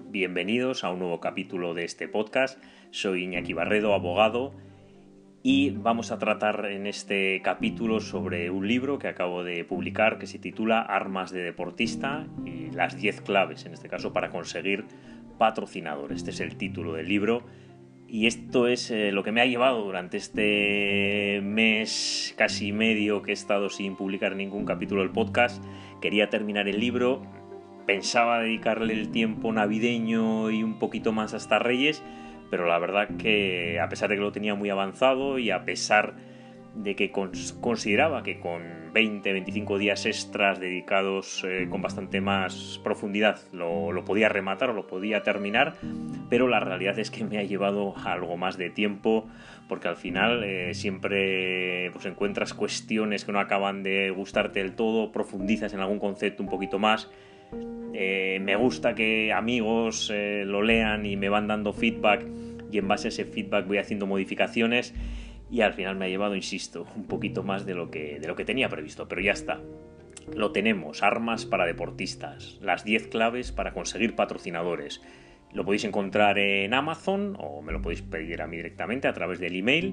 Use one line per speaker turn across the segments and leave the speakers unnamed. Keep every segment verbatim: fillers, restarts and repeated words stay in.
Bienvenidos a un nuevo capítulo de este podcast. Soy Iñaki Barredo, abogado, y vamos a tratar en este capítulo sobre un libro que acabo de publicar que se titula Armas de deportista y las diez claves, en este caso, para conseguir patrocinador. Este es el título del libro y esto es eh, lo que me ha llevado durante este mes casi medio que he estado sin publicar ningún capítulo del podcast. Quería terminar el libro. Pensaba dedicarle el tiempo navideño y un poquito más hasta Reyes, pero la verdad que a pesar de que lo tenía muy avanzado y a pesar de que cons- consideraba que con veinte a veinticinco días extras dedicados eh, con bastante más profundidad lo, lo podía rematar o lo podía terminar, pero la realidad es que me ha llevado algo más de tiempo porque al final eh, siempre pues, encuentras cuestiones que no acaban de gustarte del todo, profundizas en algún concepto un poquito más. Eh, me gusta que amigos eh, lo lean y me van dando feedback y en base a ese feedback voy haciendo modificaciones y al final me ha llevado, insisto, un poquito más de lo que, de lo que tenía previsto, pero ya está. Lo tenemos, Armas para deportistas, las diez claves para conseguir patrocinadores. Lo podéis encontrar en Amazon o me lo podéis pedir a mí directamente a través del email.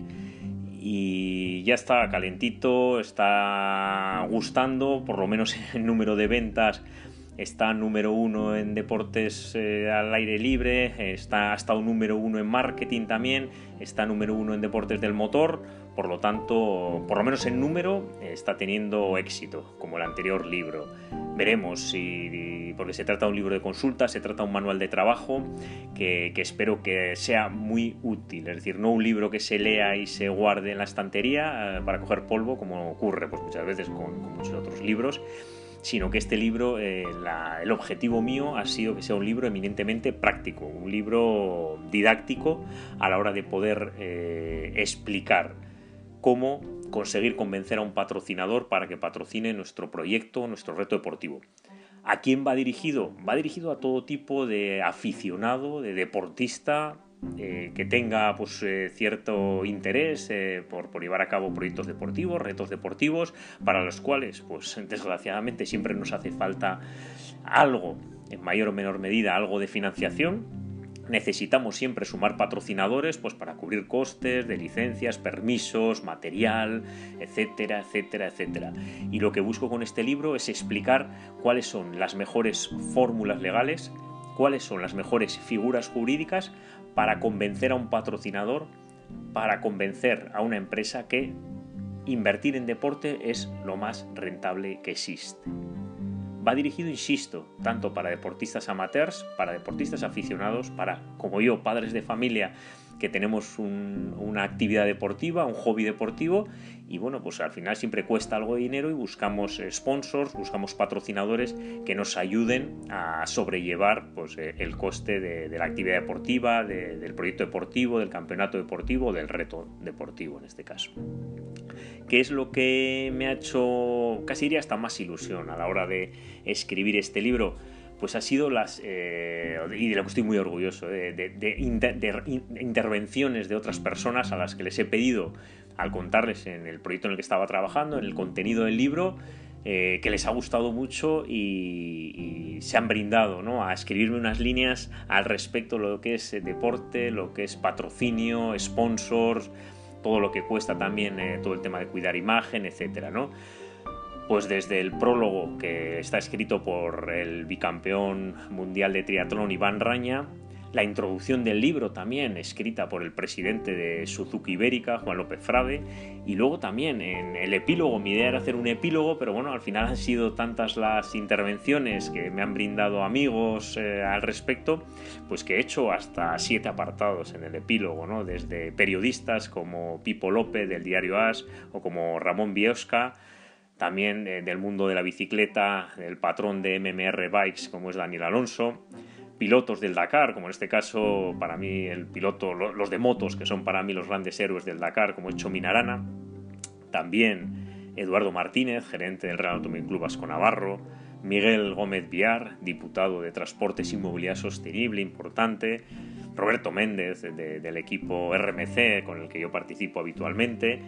Y ya está calentito, está gustando, por lo menos en número de ventas. Está número uno en deportes eh, al aire libre, está, ha estado número uno en marketing también, está número uno en deportes del motor, por lo tanto, por lo menos en número, eh, está teniendo éxito, como el anterior libro. Veremos si, porque se trata de un libro de consulta, se trata de un manual de trabajo que, que espero que sea muy útil, es decir, no un libro que se lea y se guarde en la estantería eh, para coger polvo, como ocurre pues, muchas veces con, con muchos otros libros, sino que este libro, eh, la, el objetivo mío ha sido que sea un libro eminentemente práctico, un libro didáctico a la hora de poder eh, explicar cómo conseguir convencer a un patrocinador para que patrocine nuestro proyecto, nuestro reto deportivo. ¿A quién va dirigido? Va dirigido a todo tipo de aficionado, de deportista, eh, que tenga pues, eh, cierto interés eh, por, por llevar a cabo proyectos deportivos, retos deportivos, para los cuales, pues desgraciadamente, siempre nos hace falta algo, en mayor o menor medida, algo de financiación. Necesitamos siempre sumar patrocinadores pues para cubrir costes de licencias, permisos, material, etcétera, etcétera, etcétera. Y lo que busco con este libro es explicar cuáles son las mejores fórmulas legales, cuáles son las mejores figuras jurídicas para convencer a un patrocinador, para convencer a una empresa que invertir en deporte es lo más rentable que existe. Va dirigido, insisto, tanto para deportistas amateurs, para deportistas aficionados, para, como yo, padres de familia que tenemos un, una actividad deportiva, un hobby deportivo y bueno, pues al final siempre cuesta algo de dinero y buscamos sponsors, buscamos patrocinadores que nos ayuden a sobrellevar pues, el coste de, de la actividad deportiva, de, del proyecto deportivo, del campeonato deportivo, del reto deportivo en este caso. ¿Qué es lo que me ha hecho, casi diría hasta más ilusión a la hora de escribir este libro? Pues ha sido las, eh, y de lo que estoy muy orgulloso, de, de, de, inter, de intervenciones de otras personas a las que les he pedido, al contarles en el proyecto en el que estaba trabajando, en el contenido del libro, eh, que les ha gustado mucho y, y se han brindado, ¿no?, a escribirme unas líneas al respecto de lo que es deporte, lo que es patrocinio, sponsors, todo lo que cuesta también, eh, todo el tema de cuidar imagen, etcétera, ¿no? Pues desde el prólogo, que está escrito por el bicampeón mundial de triatlón Iván Raña, la introducción del libro también escrita por el presidente de Suzuki Ibérica, Juan López Frade, y luego también en el epílogo, mi idea era hacer un epílogo, pero bueno, al final han sido tantas las intervenciones que me han brindado amigos eh, al respecto, pues que he hecho hasta siete apartados en el epílogo, ¿no? Desde periodistas como Pipo López del diario As o como Ramón Biosca, también eh, del mundo de la bicicleta, el patrón de M M R Bikes como es Daniel Alonso, pilotos del Dakar, como en este caso para mí el piloto, los de motos, que son para mí los grandes héroes del Dakar, como es Chomin Arana, también Eduardo Martínez, gerente del Real Automóvil Club Vasco Navarro, Miguel Gómez Villar, diputado de Transportes y Movilidad Sostenible, importante, Roberto Méndez de, del equipo R M C con el que yo participo habitualmente,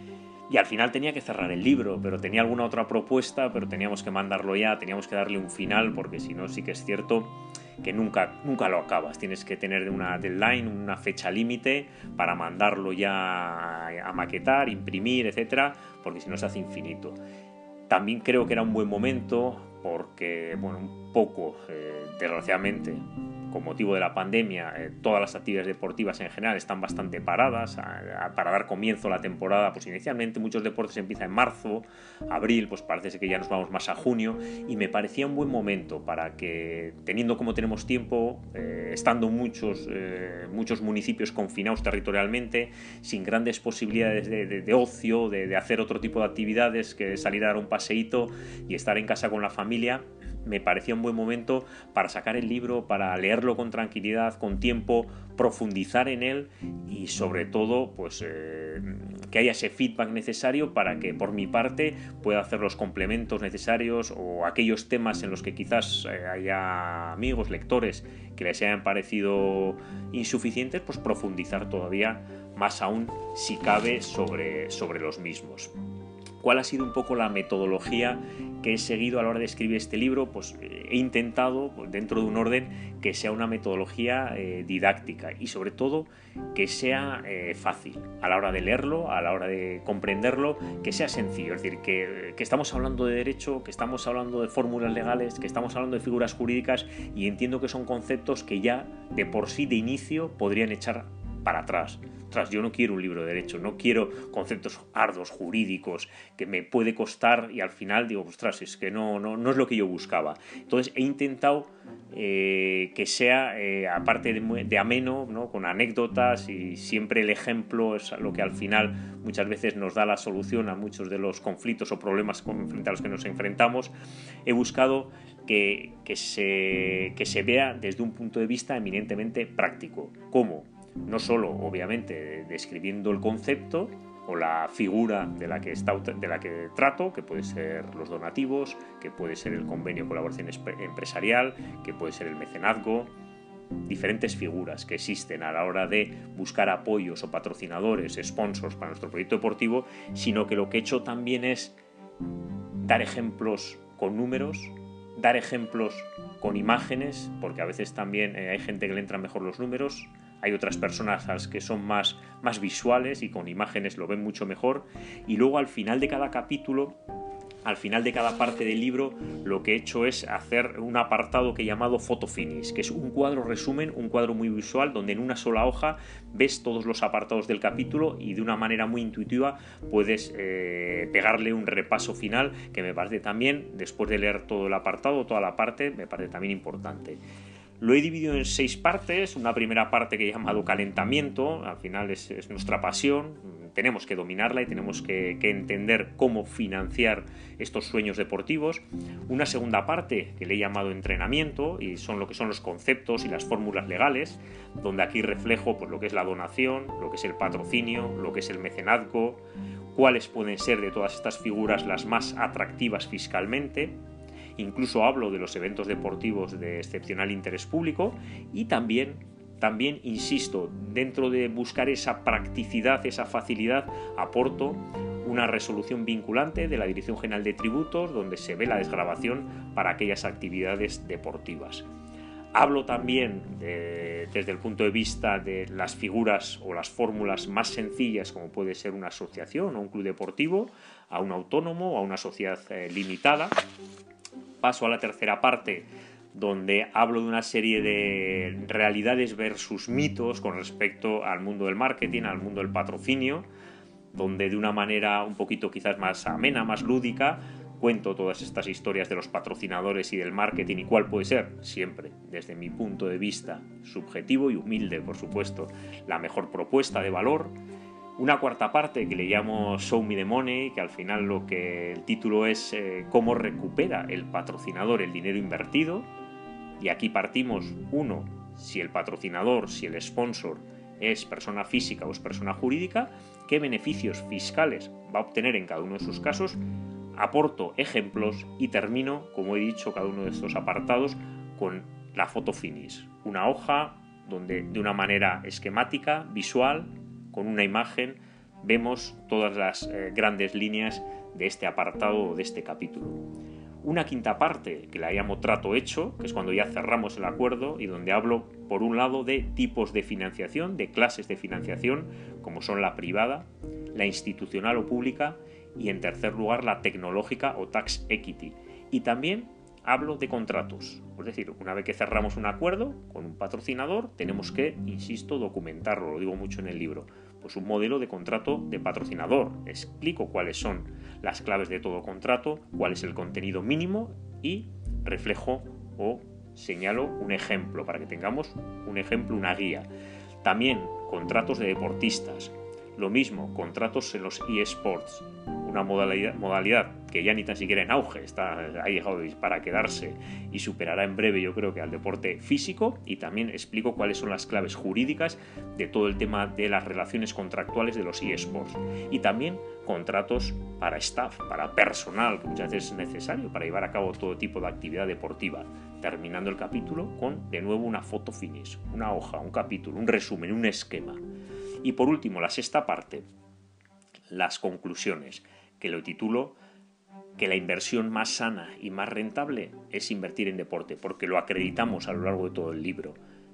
Y al final tenía que cerrar el libro, pero tenía alguna otra propuesta, pero teníamos que mandarlo ya, teníamos que darle un final, porque si no sí que es cierto que nunca, nunca lo acabas. Tienes que tener una deadline, una fecha límite para mandarlo ya a maquetar, imprimir, etcétera, porque si no se hace infinito. También creo que era un buen momento porque, bueno, un poco, eh, desgraciadamente, con motivo de la pandemia, eh, todas las actividades deportivas en general están bastante paradas. A, a, para dar comienzo a la temporada, pues inicialmente muchos deportes empiezan en marzo, abril, pues parece que ya nos vamos más a junio, y me parecía un buen momento para que, teniendo como tenemos tiempo, eh, estando muchos, eh, muchos municipios confinados territorialmente, sin grandes posibilidades de, de, de ocio, de, de hacer otro tipo de actividades que salir a dar un paseíto y estar en casa con la familia, me parecía un buen momento para sacar el libro, para leerlo con tranquilidad, con tiempo, profundizar en él y sobre todo pues eh, que haya ese feedback necesario para que por mi parte pueda hacer los complementos necesarios o aquellos temas en los que quizás eh, haya amigos, lectores que les hayan parecido insuficientes, pues profundizar todavía más aún si cabe sobre, sobre los mismos. ¿Cuál ha sido un poco la metodología que he seguido a la hora de escribir este libro? Pues eh, he intentado, pues, dentro de un orden, que sea una metodología eh, didáctica y sobre todo que sea eh, fácil a la hora de leerlo, a la hora de comprenderlo, que sea sencillo. Es decir, que, que estamos hablando de derecho, que estamos hablando de fórmulas legales, que estamos hablando de figuras jurídicas y entiendo que son conceptos que ya de por sí de inicio podrían echar para atrás. Ostras, yo no quiero un libro de derecho, no quiero conceptos arduos, jurídicos, que me puede costar y al final digo, ostras, es que no, no, no es lo que yo buscaba. Entonces he intentado eh, que sea, eh, aparte de, de ameno, ¿no? Con anécdotas, y siempre el ejemplo es lo que al final muchas veces nos da la solución a muchos de los conflictos o problemas frente a los que nos enfrentamos. He buscado que, que, se, que se vea desde un punto de vista eminentemente práctico. ¿Cómo? No solo, obviamente, describiendo el concepto o la figura de la que está, de la que trato, que puede ser los donativos, que puede ser el convenio de colaboración empresarial, que puede ser el mecenazgo, diferentes figuras que existen a la hora de buscar apoyos o patrocinadores, sponsors para nuestro proyecto deportivo, sino que lo que he hecho también es dar ejemplos con números, dar ejemplos con imágenes, porque a veces también eh, hay gente que le entran mejor los números, hay otras personas a las que son más, más visuales y con imágenes lo ven mucho mejor. Y luego al final de cada capítulo, al final de cada parte del libro, lo que he hecho es hacer un apartado que he llamado Photo Finish, que es un cuadro resumen, un cuadro muy visual, donde en una sola hoja ves todos los apartados del capítulo y de una manera muy intuitiva puedes eh, pegarle un repaso final, que me parece también, después de leer todo el apartado, toda la parte, me parece también importante. Lo he dividido en seis partes. Una primera parte que he llamado calentamiento, al final es, es nuestra pasión, tenemos que dominarla y tenemos que, que entender cómo financiar estos sueños deportivos. Una segunda parte que le he llamado entrenamiento, y son lo que son los conceptos y las fórmulas legales, donde aquí reflejo pues, lo que es la donación, lo que es el patrocinio, lo que es el mecenazgo, cuáles pueden ser de todas estas figuras las más atractivas fiscalmente. Incluso hablo de los eventos deportivos de excepcional interés público y también, también, insisto, dentro de buscar esa practicidad, esa facilidad, aporto una resolución vinculante de la Dirección General de Tributos donde se ve la desgravación para aquellas actividades deportivas. Hablo también de, desde el punto de vista de las figuras o las fórmulas más sencillas, como puede ser una asociación o un club deportivo, a un autónomo o a una sociedad eh, limitada. Paso a la tercera parte, donde hablo de una serie de realidades versus mitos con respecto al mundo del marketing, al mundo del patrocinio, donde de una manera un poquito quizás más amena, más lúdica, cuento todas estas historias de los patrocinadores y del marketing y cuál puede ser, siempre desde mi punto de vista subjetivo y humilde, por supuesto, la mejor propuesta de valor. Una cuarta parte que le llamo Show Me the Money, que al final lo que el título es eh, cómo recupera el patrocinador el dinero invertido. Y aquí partimos, uno, si el patrocinador, si el sponsor es persona física o es persona jurídica, qué beneficios fiscales va a obtener en cada uno de sus casos. Aporto ejemplos y termino, como he dicho, cada uno de estos apartados con la Photo Finish, una hoja donde de una manera esquemática, visual, con una imagen, vemos todas las eh, grandes líneas de este apartado o de este capítulo. Una quinta parte, que la llamo trato hecho, que es cuando ya cerramos el acuerdo y donde hablo, por un lado, de tipos de financiación, de clases de financiación, como son la privada, la institucional o pública, y en tercer lugar, la tecnológica o tax equity. Y también hablo de contratos, es decir, una vez que cerramos un acuerdo con un patrocinador, tenemos que, insisto, documentarlo, lo digo mucho en el libro. Pues un modelo de contrato de patrocinador. Explico cuáles son las claves de todo contrato, cuál es el contenido mínimo y reflejo o señalo un ejemplo para que tengamos un ejemplo, una guía. También contratos de deportistas. Lo mismo, contratos en los eSports, una modalidad, modalidad que ya ni tan siquiera en auge, está, ha llegado para quedarse y superará en breve, yo creo, que al deporte físico. Y también explico cuáles son las claves jurídicas de todo el tema de las relaciones contractuales de los eSports. Y también contratos para staff, para personal, que muchas veces es necesario para llevar a cabo todo tipo de actividad deportiva. Terminando el capítulo con, de nuevo, una foto finish, una hoja, un capítulo, un resumen, un esquema. Y por último, la sexta parte, las conclusiones, que lo titulo que la inversión más sana y más rentable es invertir en deporte, porque lo acreditamos a lo largo de todo el libro.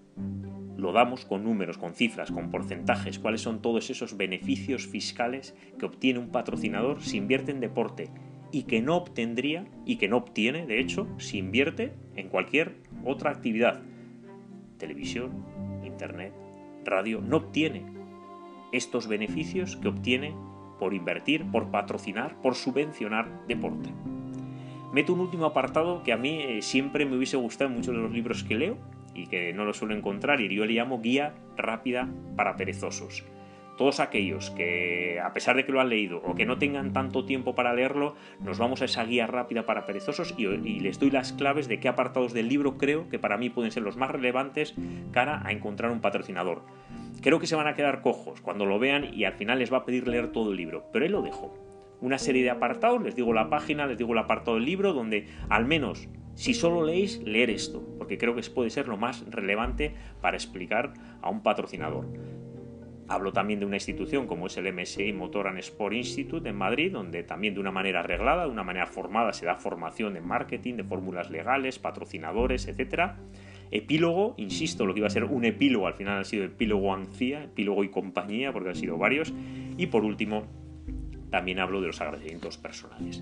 Lo damos con números, con cifras, con porcentajes, cuáles son todos esos beneficios fiscales que obtiene un patrocinador si invierte en deporte y que no obtendría, y que no obtiene, de hecho, si invierte en cualquier otra actividad. Televisión, internet, radio, no obtiene estos beneficios que obtiene por invertir, por patrocinar, por subvencionar deporte. Meto un último apartado que a mí eh, siempre me hubiese gustado en muchos de los libros que leo y que no lo suelo encontrar, y yo le llamo guía rápida para perezosos. Todos aquellos que, a pesar de que lo han leído o que no tengan tanto tiempo para leerlo, nos vamos a esa guía rápida para perezosos y, y les doy las claves de qué apartados del libro creo que para mí pueden ser los más relevantes cara a encontrar un patrocinador. Creo que se van a quedar cojos cuando lo vean y al final les va a pedir leer todo el libro, pero ahí lo dejo. Una serie de apartados, les digo la página, les digo el apartado del libro, donde al menos, si solo leéis, leer esto, porque creo que puede ser lo más relevante para explicar a un patrocinador. Hablo también de una institución como es el M S I Motor and Sport Institute en Madrid, donde también de una manera arreglada, de una manera formada, se da formación de marketing, de fórmulas legales, patrocinadores, etcétera. Epílogo, insisto, lo que iba a ser un epílogo, al final ha sido epílogo Ancía, epílogo y compañía, porque han sido varios. Y por último, también hablo de los agradecimientos personales.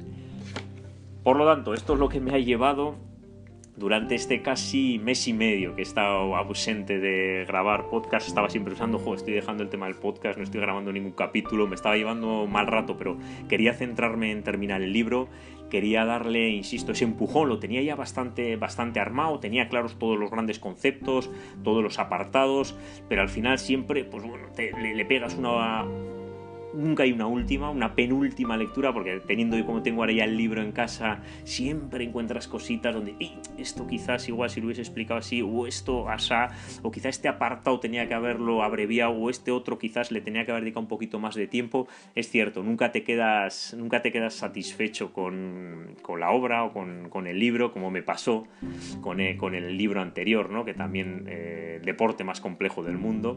Por lo tanto, esto es lo que me ha llevado durante este casi mes y medio que he estado ausente de grabar podcast. Estaba siempre pensando, jo, estoy dejando el tema del podcast, no estoy grabando ningún capítulo, me estaba llevando mal rato, pero quería centrarme en terminar el libro, quería darle, insisto, ese empujón, lo tenía ya bastante, bastante armado, tenía claros todos los grandes conceptos, todos los apartados, pero al final siempre, pues bueno, te, le, le pegas una... Nunca hay una última, una penúltima lectura, porque teniendo como tengo ahora ya el libro en casa, siempre encuentras cositas donde esto quizás igual si lo hubiese explicado así, o esto asá, o quizás este apartado tenía que haberlo abreviado, o este otro quizás le tenía que haber dedicado un poquito más de tiempo. Es cierto, nunca te quedas, nunca te quedas satisfecho con, con la obra o con, con el libro, como me pasó con el, con el libro anterior, ¿no? Que también eh, el deporte más complejo del mundo,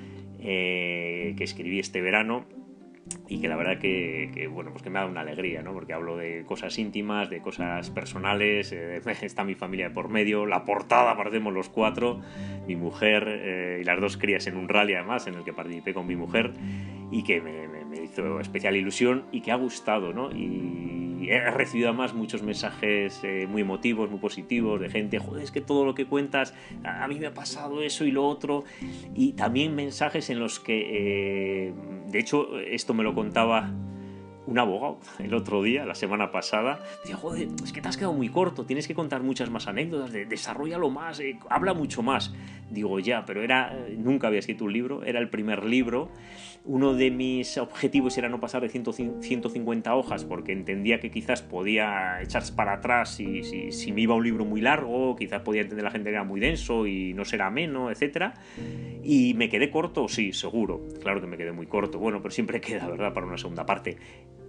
eh, que escribí este verano. Y que la verdad que, que bueno, pues que me ha dado una alegría, ¿no? Porque hablo de cosas íntimas, de cosas personales, eh, está mi familia de por medio, la portada aparecemos los cuatro, mi mujer eh, y las dos crías en un rally además en el que participé con mi mujer y que me, me, me hizo especial ilusión y que ha gustado, ¿no? Y he recibido además muchos mensajes eh, muy emotivos, muy positivos de gente, joder, es que todo lo que cuentas, a mí me ha pasado eso y lo otro, y también mensajes en los que, eh, de hecho, esto me lo contaba un abogado el otro día, la semana pasada. Decía, joder, es que te has quedado muy corto, tienes que contar muchas más anécdotas, de, desarrollalo más, eh, habla mucho más. Digo, ya, pero era nunca había escrito un libro, era el primer libro. Uno de mis objetivos era no pasar de ciento cincuenta hojas, porque entendía que quizás podía echarse para atrás si, si, si me iba un libro muy largo, quizás podía entender la gente que era muy denso y no será ameno, etcétera. Y me quedé corto, sí, seguro, claro que me quedé muy corto, bueno, pero siempre queda, ¿verdad?, para una segunda parte.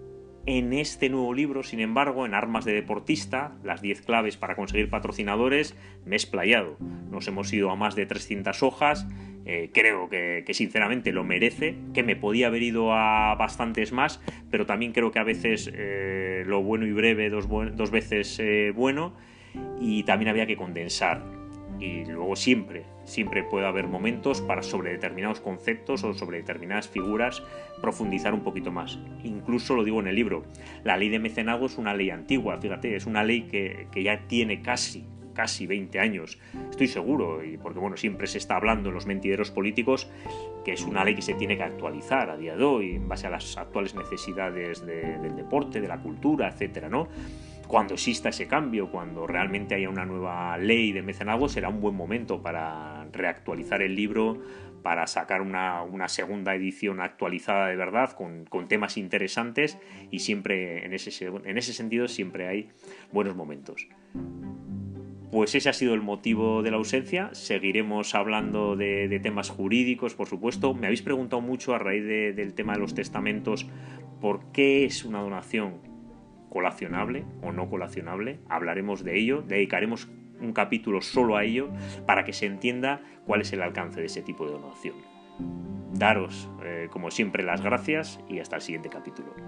En este nuevo libro, sin embargo, en Armas de Deportista, las diez claves para conseguir patrocinadores, me he explayado. Nos hemos ido a más de trescientas hojas, eh, creo que, que sinceramente lo merece, que me podía haber ido a bastantes más, pero también creo que a veces eh, lo bueno y breve dos, dos veces eh, bueno, y también había que condensar. Y luego siempre, siempre puede haber momentos para sobre determinados conceptos o sobre determinadas figuras profundizar un poquito más. Incluso lo digo en el libro, la ley de mecenazgo es una ley antigua, fíjate, es una ley que, que ya tiene casi, casi veinte años, estoy seguro, y porque bueno, siempre se está hablando en los mentideros políticos que es una ley que se tiene que actualizar a día de hoy en base a las actuales necesidades de, del deporte, de la cultura, etcétera, ¿no? Cuando exista ese cambio, cuando realmente haya una nueva ley de mecenazgo, será un buen momento para reactualizar el libro, para sacar una, una segunda edición actualizada de verdad, con, con temas interesantes, y siempre en ese, en ese sentido siempre hay buenos momentos. Pues ese ha sido el motivo de la ausencia. Seguiremos hablando de, de temas jurídicos, por supuesto. Me habéis preguntado mucho a raíz de, del tema de los testamentos por qué es una donación colacionable o no colacionable. Hablaremos de ello, dedicaremos un capítulo solo a ello para que se entienda cuál es el alcance de ese tipo de donación. Daros, eh, como siempre, las gracias y hasta el siguiente capítulo.